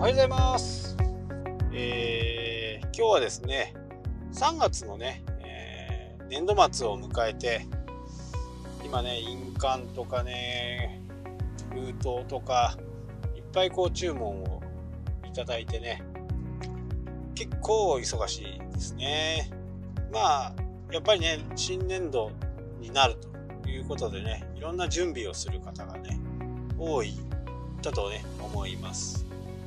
ようございます。今日はですね、3月のね、年度末を迎えて、今ね、印鑑とかね、封筒とか、いっぱい注文をいただいてね、結構忙しいですね。やっぱりね、新年度になるということでね、いろんな準備をする方がね、多いだとね、思います。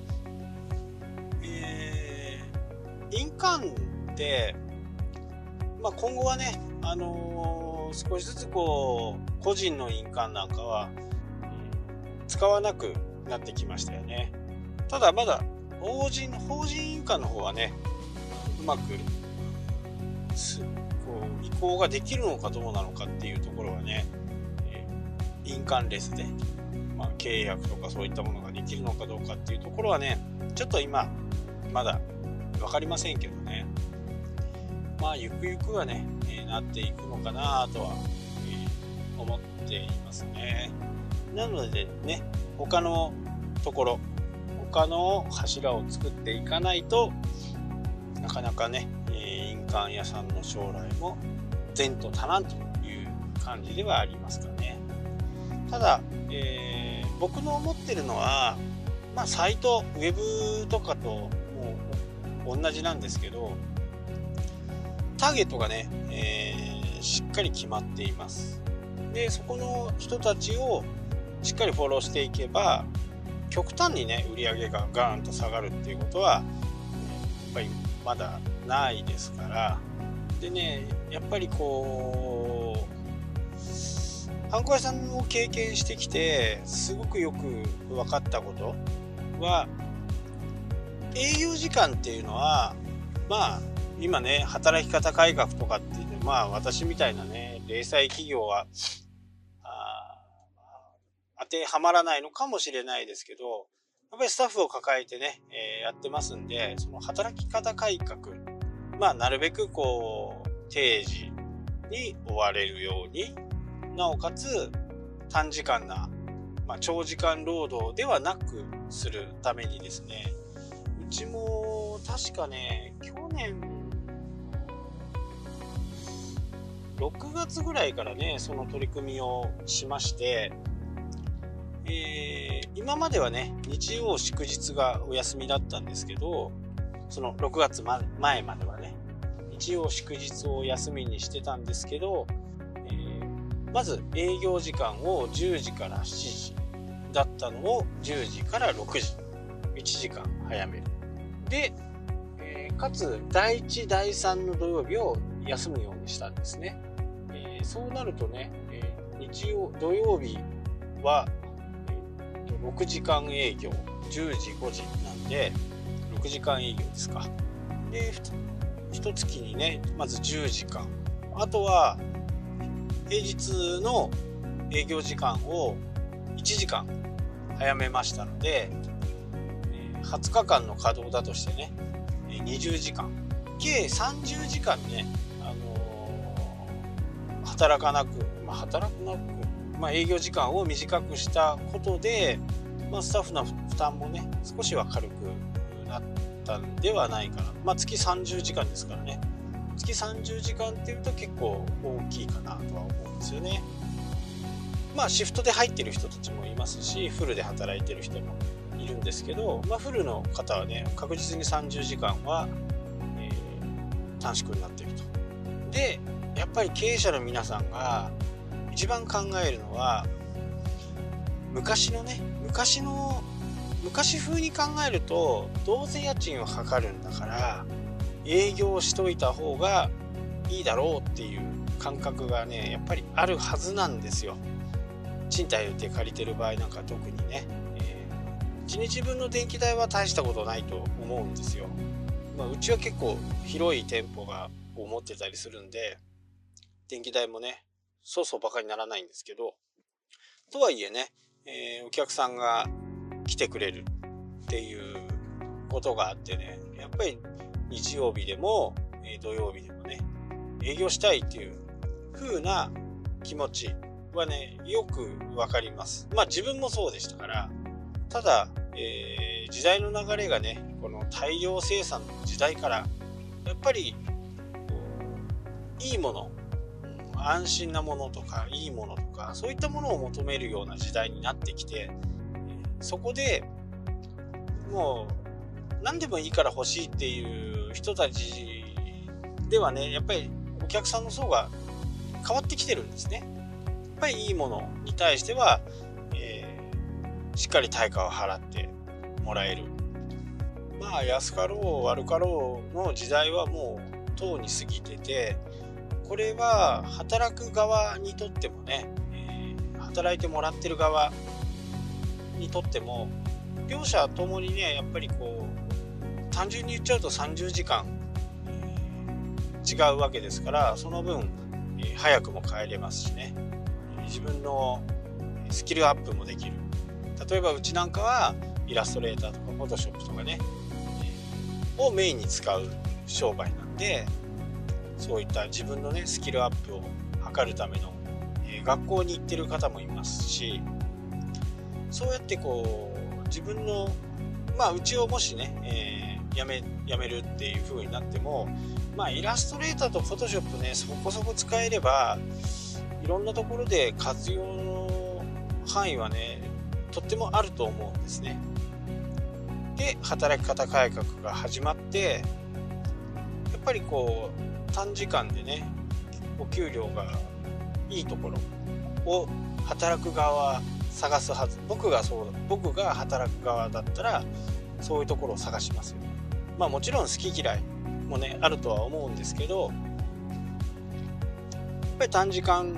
印鑑って今後はね、少しずつ個人の印鑑なんかは、使わなくなってきましたよね。ただまだ法人印鑑の方はね、うまく移行ができるのかどうなのかっていうところはね、印鑑レスで、契約とかそういったものができるのかどうかっていうところはね、ちょっと今まだ分かりませんけどね、ゆくゆくはね、なっていくのかなとは、思っていますね。なのでね、他の柱を作っていかないとなかなかね、印鑑屋さんの将来も前途多難という感じではありますかね。ただ、僕の思ってるのは、サイトウェブとかともう同じなんですけど、ターゲットがね、しっかり決まっています。でそこの人たちをしっかりフォローしていけば、極端にね売り上げがガーンと下がるっていうことはやっぱりまだないですから。でね、やっぱりハンコ屋さんを経験してきてすごくよく分かったことは、営業時間っていうのは今ね、働き方改革とかっていうのは、私みたいなね零細企業は当てはまらないのかもしれないですけど、やっぱりスタッフを抱えてね、やってますんで、その働き方改革、なるべく定時に終われるように、なおかつ短時間な、長時間労働ではなくするためにですね、うちも確かね、去年6月ぐらいからね、その取り組みをしまして、今まではね、日曜祝日がお休みだったんですけど、その6月前まではね、日曜祝日を休みにしてたんですけど、まず営業時間を10時から7時だったのを10時から6時、1時間早める。で、かつ第1第3の土曜日を休むようにしたんですね。そうなるとね、土曜日は6時間営業、10時5時なんで6時間営業ですか。で1月にね、まず10時間、あとは平日の営業時間を1時間早めましたので、20日間の稼働だとしてね、20時間、計30時間ね、働くなく、営業時間を短くしたことで、スタッフの負担もね少しは軽くなったんではないかな。月30時間ですからね。月30時間っていうと結構大きいかなとは思うんですよね。シフトで入ってる人たちもいますし、フルで働いてる人もいるんですけど、フルの方はね確実に30時間は、短縮になっていると。でやっぱり経営者の皆さんが一番考えるのは、昔風に考えるとどうせ家賃をかかるんだから営業しといた方がいいだろうっていう感覚がねやっぱりあるはずなんですよ。賃貸で借りてる場合なんか特にね、1日分の電気代は大したことないと思うんですよ。うちは結構広い店舗が持ってたりするんで、電気代もねそうそうバカにならないんですけど、とはいえね、お客さんが来てくれるっていうことがあってね、やっぱり日曜日でも、土曜日でもね営業したいっていう風な気持ちはねよくわかります。自分もそうでしたから。ただ、 時代の流れがね、この大量生産の時代からやっぱりいいもの、安心なものとかいいものとかそういったものを求めるような時代になってきて、そこでもう何でもいいから欲しいっていう人たちではね、やっぱりお客さんの層が変わってきてるんですね。やっぱりいいものに対しては、しっかり対価を払ってもらえる。まあ安かろう悪かろうの時代はもうとうに過ぎてて、これは働く側にとってもね、働いてもらってる側にとっても両者ともにね、やっぱりこう単純に言っちゃうと30時間、違うわけですから、その分、早くも帰れますしね、自分のスキルアップもできる。例えばうちなんかはイラストレーターとかフォトショップとかね、をメインに使う商売なんで、そういった自分のねスキルアップを図るための、学校に行ってる方もいますし、そうやってこう自分のうちをもしね、やめるっていう風になっても、イラストレーターとフォトショップね、そこそこ使えればいろんなところで活用の範囲はねとってもあると思うんですね。で、働き方改革が始まって、やっぱりこう短時間でねお給料がいいところを働く側は探すはず。僕が働く側だったらそういうところを探しますよ。もちろん好き嫌いもねあるとは思うんですけど、やっぱり短時間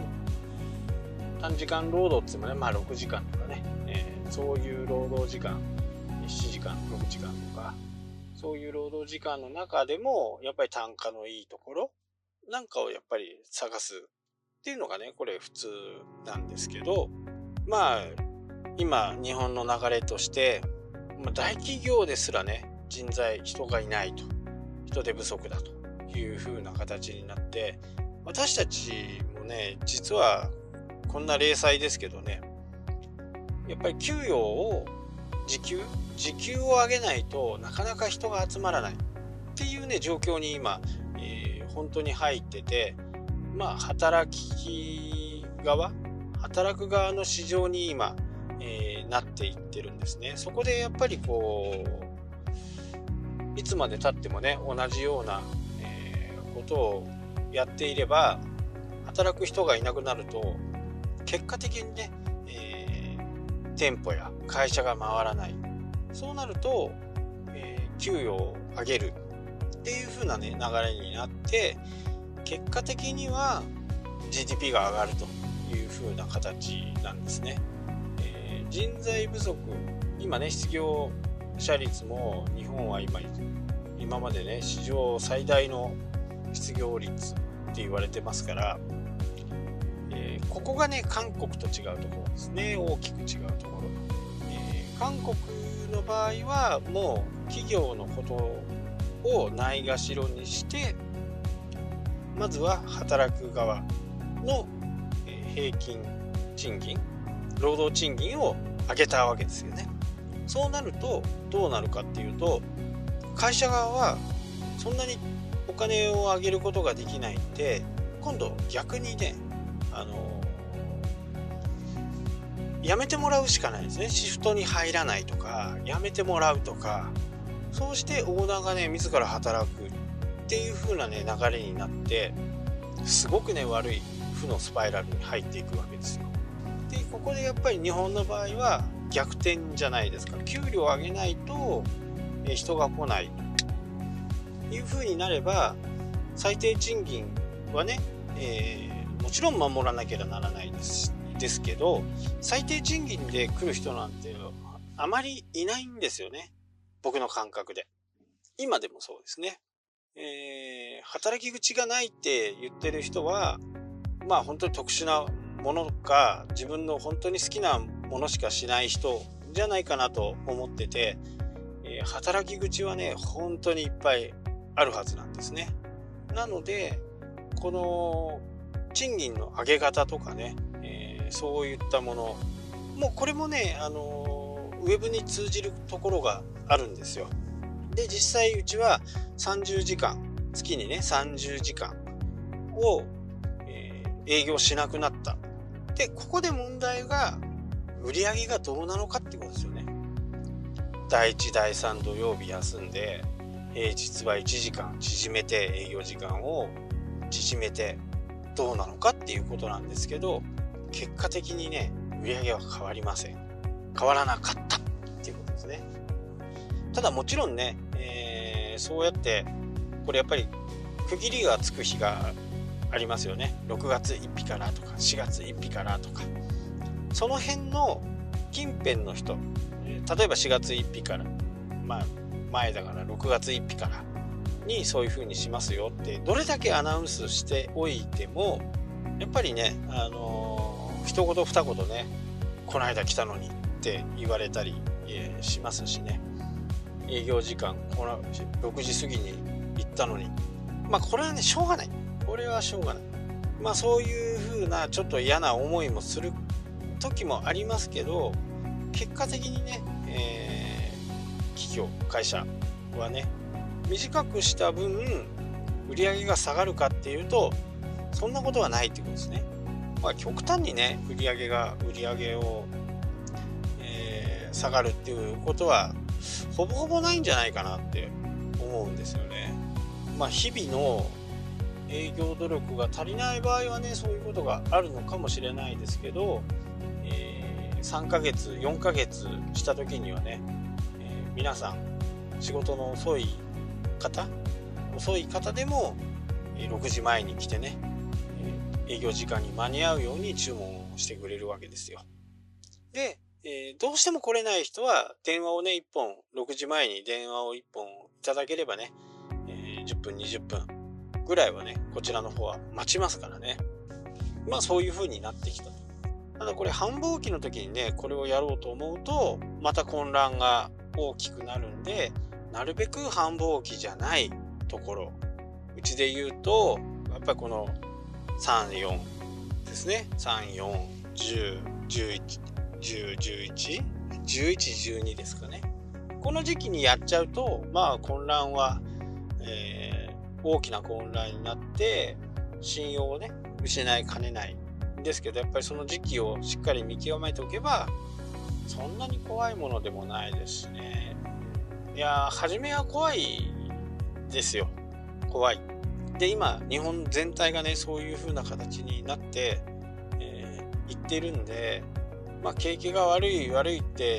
労働って言ってもね、6時間とかね、そういう労働時間、7時間6時間とか、そういう労働時間の中でもやっぱり単価のいいところなんかをやっぱり探すっていうのがね、これ普通なんですけど、今日本の流れとして、大企業ですらね人がいないと、人手不足だという風な形になって、私たちもね実はこんな零細ですけどね、やっぱり給与を時給を上げないとなかなか人が集まらないっていうね状況に今、本当に入ってて、働く側の市場に今、なっていってるんですね。そこでやっぱりこういつまで経ってもね同じような、ことをやっていれば、働く人がいなくなると結果的にね、店舗や会社が回らない。そうなると、給与を上げるっていう風なね流れになって、結果的には GDP が上がるという風な形なんですね。人材不足、今ね失業者率も日本は今までね史上最大の失業率って言われてますから、ここがね韓国と違うところですね。大きく違うところ、韓国の場合はもう企業のことをないがしろにして、まずは働く側の平均賃金、労働賃金を上げたわけですよね。そうなるとどうなるかっていうと、会社側はそんなにお金を上げることができないんで、今度逆にね辞めてもらうしかないですね。シフトに入らないとか辞めてもらうとか、そうしてオーナーがね自ら働くっていう風なね流れになって、すごくね悪い負のスパイラルに入っていくわけですよ。でここでやっぱり日本の場合は逆転じゃないですか。給料を上げないと人が来ないという風になれば、最低賃金はね、もちろん守らなければならないですけど、最低賃金で来る人なんてあまりいないんですよね、僕の感覚で。今でもそうですね。働き口がないって言ってる人は本当に特殊なものか、自分の本当に好きなものしかしない人じゃないかなと思ってて、働き口はね本当にいっぱいあるはずなんですね。なのでこの賃金の上げ方とかね、そういったものもうこれもねウェブに通じるところがあるんですよ。で実際うちは30時間月にね30時間を、営業しなくなった。でここで問題が売り上げがどうなのかってことですよね。第1第3土曜日休んで平日は1時間縮めて営業時間を縮めてどうなのかっていうことなんですけど、結果的にね売り上げは変わりません。変わらなかったっていうことですね。ただもちろんね、そうやってこれやっぱり区切りがつく日がありますよね。6月1日からとか4月1日からとか、その辺の近辺の人、例えば4月1日から、前だから6月1日からにそういう風にしますよってどれだけアナウンスしておいてもやっぱりね、一言二言ねこの間来たのにって言われたりしますしね。営業時間この6時過ぎに行ったのに、これはねしょうがない。これはしょうがない。そういう風なちょっと嫌な思いもする時もありますけど、結果的にね、企業会社はね短くした分売り上げが下がるかっていうとそんなことはないってことですね。極端にね売り上げを、下がるっていうことはほぼほぼないんじゃないかなって思うんですよね。日々の営業努力が足りない場合はねそういうことがあるのかもしれないですけど、3ヶ月4ヶ月した時にはね、皆さん仕事の遅い方でも6時前に来てね営業時間に間に合うように注文をしてくれるわけですよ。で、どうしても来れない人は電話をね1本6時前に電話を1本いただければね、10分20分ぐらいはねこちらの方は待ちますからね。そういう風になってきたと。ただこれ繁忙期の時にねこれをやろうと思うとまた混乱が大きくなるんで、なるべく繁忙期じゃないところ、うちで言うとやっぱりこの34ですね。34、10、11、10、11、11、12ですかね。この時期にやっちゃうと混乱は、大きな混乱になって信用をね失いかねないんですけど、やっぱりその時期をしっかり見極めておけばそんなに怖いものでもないですしね。いや初めは怖いですよ。怖い。で今日本全体がねそういう風な形になって、いってるんで、景気が悪いって、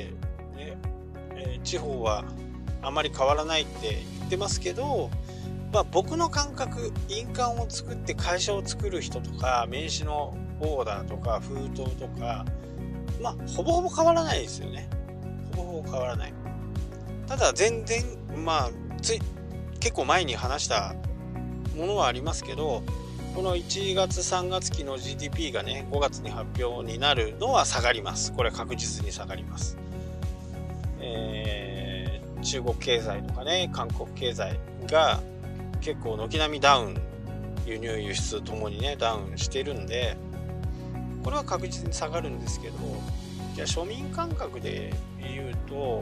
ね地方はあまり変わらないって言ってますけど、僕の感覚、印鑑を作って会社を作る人とか名刺のオーダーとか封筒とかほぼほぼ変わらないですよね。ほぼほぼ変わらない。ただ全然結構前に話したものはありますけど、この1月3月期の GDP がね5月に発表になるのは下がります。これは確実に下がります。中国経済とかね韓国経済が結構軒並みダウン、輸入輸出ともにねダウンしてるんでこれは確実に下がるんですけど、じゃあ庶民感覚で言うと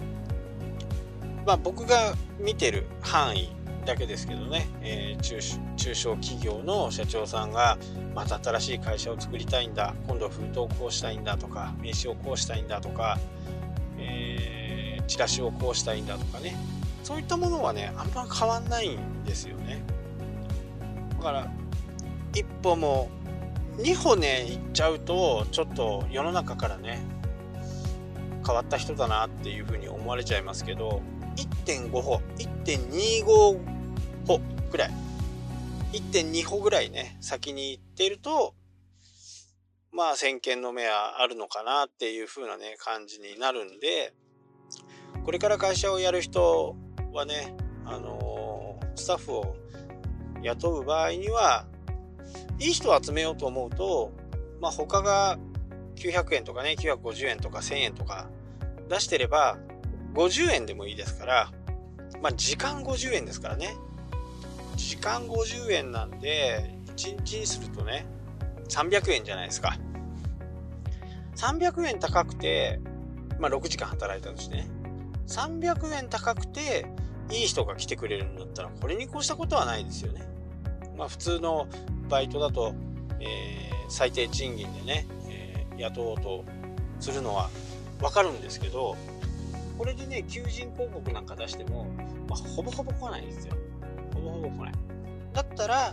僕が見てる範囲だけですけどね、中小企業の社長さんがまた新しい会社を作りたいんだ、今度は封筒をこうしたいんだとか名刺をこうしたいんだとか、チラシをこうしたいんだとかね、そういったものはねあんま変わんないんですよね。だから一歩も2歩ね行っちゃうとちょっと世の中からね変わった人だなっていうふうに思われちゃいますけど、1.5 歩 1.25 歩ぐらい 1.2 歩ぐらいね先に行っていると先見の目はあるのかなっていう風なね感じになるんで、これから会社をやる人はねスタッフを雇う場合にはいい人を集めようと思うと他が900円とかね950円とか1000円とか出してれば50円でもいいですから、時間50円ですからね。時間50円なんで1日にするとね300円じゃないですか。300円高くて 6時間働いたとしてね、300円高くていい人が来てくれるんだったら、これに越したことはないですよね。普通のバイトだと、最低賃金でね、雇おうとするのはわかるんですけど、これでね、求人広告なんか出しても、ほぼほぼ来ないんですよ。ほぼほぼ来ない。だったら、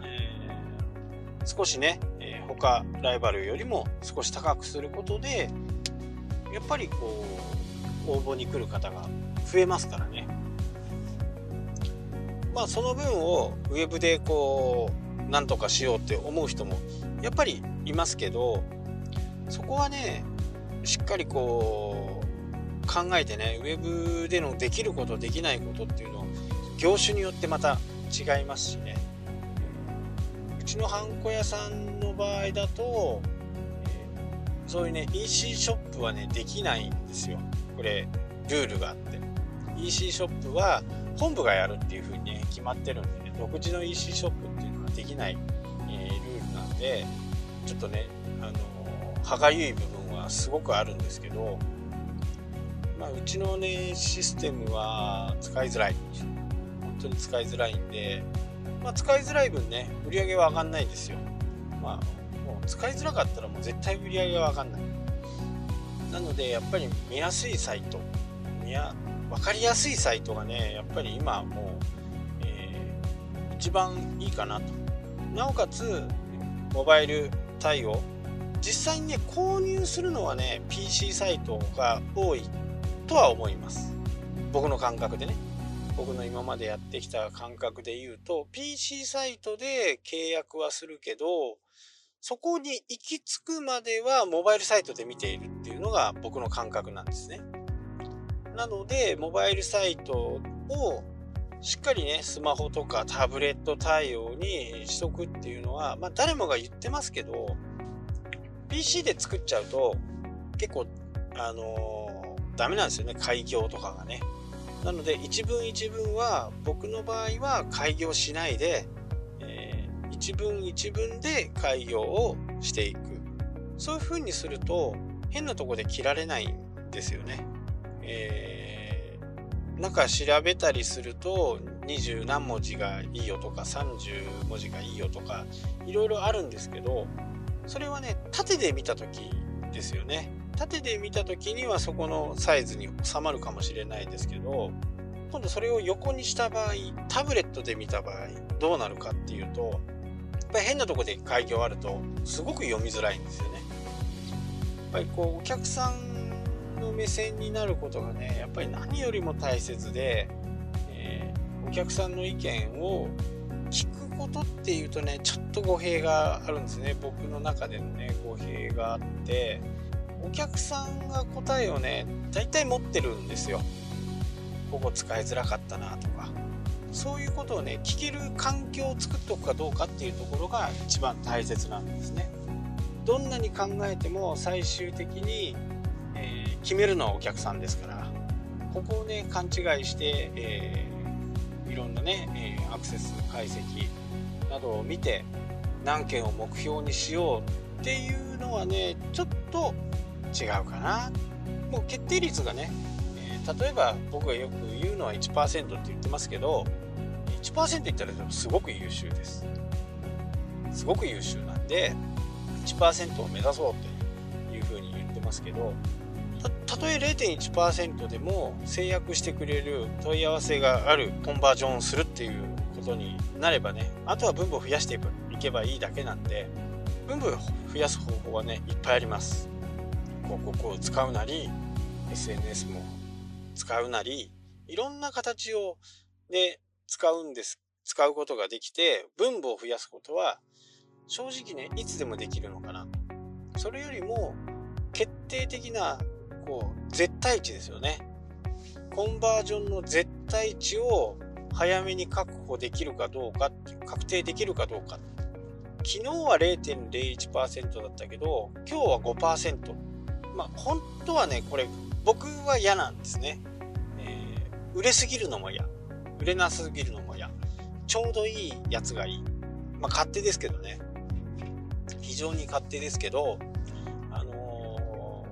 少しね、他ライバルよりも少し高くすることで、やっぱりこう応募に来る方が増えますからね。その分をウェブでこうなんとかしようって思う人もやっぱりいますけど、そこはね、しっかりこう考えてね、ウェブでのできることできないことっていうのを業種によってまた違いますしね。うちのハンコ屋さんの場合だと、そういうね EC ショップはねできないんですよ。これルールがあって、 EC ショップは本部がやるっていう風にね決まってるんでね、独自の EC ショップっていうのはできない、ルールなんで、ちょっとね歯がゆい部分はすごくあるんですけど、うちのねシステムは使いづらい、本当に使いづらいんで、使いづらい分ね売り上げは上がんないんですよ。もう使いづらかったらもう絶対売り上げが上がんない。なのでやっぱり見やすいサイト、分かりやすいサイトがね、やっぱり今もう、一番いいかなと。なおかつモバイル対応、実際にね購入するのはね PC サイトが多いとは思います。僕の感覚でね、僕の今までやってきた感覚で言うと PC サイトで契約はするけど、そこに行き着くまではモバイルサイトで見ているっていうのが僕の感覚なんですね。なのでモバイルサイトをしっかりねスマホとかタブレット対応にしとくっていうのは、誰もが言ってますけど、 PC で作っちゃうと結構ダメなんですよね、開業とかがね。なので一文一文は僕の場合は開業しないで、一文一文で開業をしていく。そういう風にすると変なとこで切られないんですよね。なんか調べたりすると20何文字がいいよとか30文字がいいよとかいろいろあるんですけど、それはね縦で見た時ですよね。縦で見た時にはそこのサイズに収まるかもしれないですけど、今度それを横にした場合、タブレットで見た場合どうなるかっていうと、やっぱり変なとこで開業あるとすごく読みづらいんですよね。やっぱりこうお客さんの目線になることがね、やっぱり何よりも大切で、お客さんの意見を聞くことっていうとね、ちょっと語弊があるんですね。僕の中でのね語弊があって、お客さんが答えをね大体持ってるんですよ。ここ使いづらかったなとか、そういうことをね聞ける環境を作っておくかどうかっていうところが一番大切なんですね。どんなに考えても最終的に、決めるのはお客さんですから、ここをね勘違いして、いろんなね、アクセス解析などを見て何件を目標にしようっていうのはねちょっと違うかな。もう決定率がね、例えば僕がよく言うのは 1% って言ってますけど、 1% 言ったらすごく優秀です。すごく優秀なんで 1% を目指そうっていうふうに言ってますけど、たとえ 0.1% でも制約してくれる問い合わせがあるコンバージョンをするっていうことになればね、あとは分母を増やしていけばいいだけなんで、分母を増やす方法はねいっぱいあります。広告を使うなり SNS も使うなり、いろんな形をで使うことができて、分母を増やすことは正直ねいつでもできるのかな。それよりも決定的な絶対値ですよね。コンバージョンの絶対値を早めに確保できるかどうかっていう、確定できるかどうか。昨日は 0.01% だったけど今日は 5%。本当はねこれ僕は嫌なんですね。売れすぎるのも嫌、売れなすぎるのも嫌、ちょうどいいやつがいい。勝手ですけどね、非常に勝手ですけど、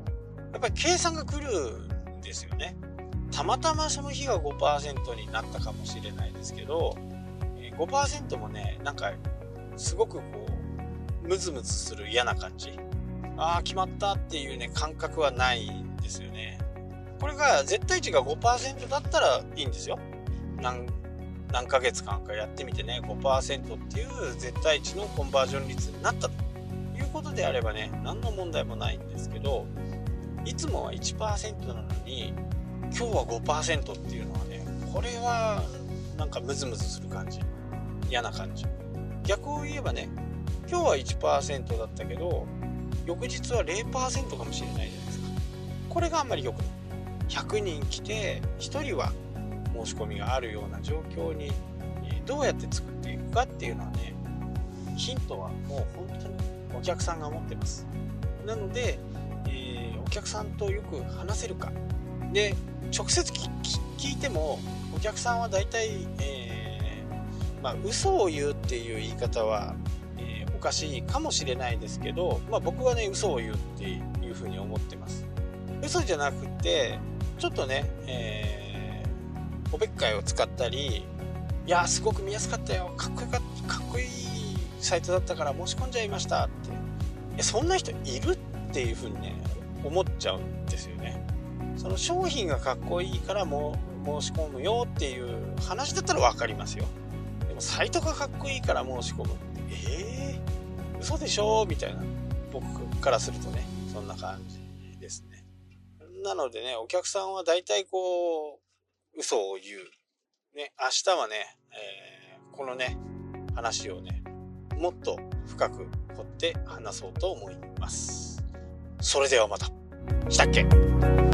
やっぱり計算が来るんですよね。たまたまその日が 5% になったかもしれないですけど、5% もね、なんかすごくこうムズムズする嫌な感じ、決まったっていうね感覚はないんですよね。これが絶対値が 5% だったらいいんですよ。何ヶ月間かやってみてね、 5% っていう絶対値のコンバージョン率になったということであればね、何の問題もないんですけど、いつもは 1% なのに今日は 5% っていうのはね、これはなんかムズムズする感じ、嫌な感じ。逆を言えばね、今日は 1% だったけど翌日は 0% かもしれないじゃないですか。これがあんまり良くない。100人来て1人は申し込みがあるような状況にどうやって作っていくかっていうのはね、ヒントはもう本当にお客さんが持ってます。なので、お客さんとよく話せるかで、直接聞いてもお客さんはだいたい嘘を言うっていう言い方は、おかしいかもしれないですけど、僕はね嘘を言うっていうふうに思ってます。嘘じゃなくてちょっとね、おべっかいを使ったり、いやすごく見やすかったよ、かっこいいサイトだったから申し込んじゃいましたって、そんな人いるっていうふうにね思っちゃうんですよね。その商品がかっこいいからも申し込むよっていう話だったら分かりますよ。でもサイトがかっこいいから申し込むって嘘でしょみたいな、僕からするとねそんな感じですね。なのでね、お客さんはだいたいこう嘘を言うね。明日はね、このね話をねもっと深く掘って話そうと思います。それではまた。したっけ。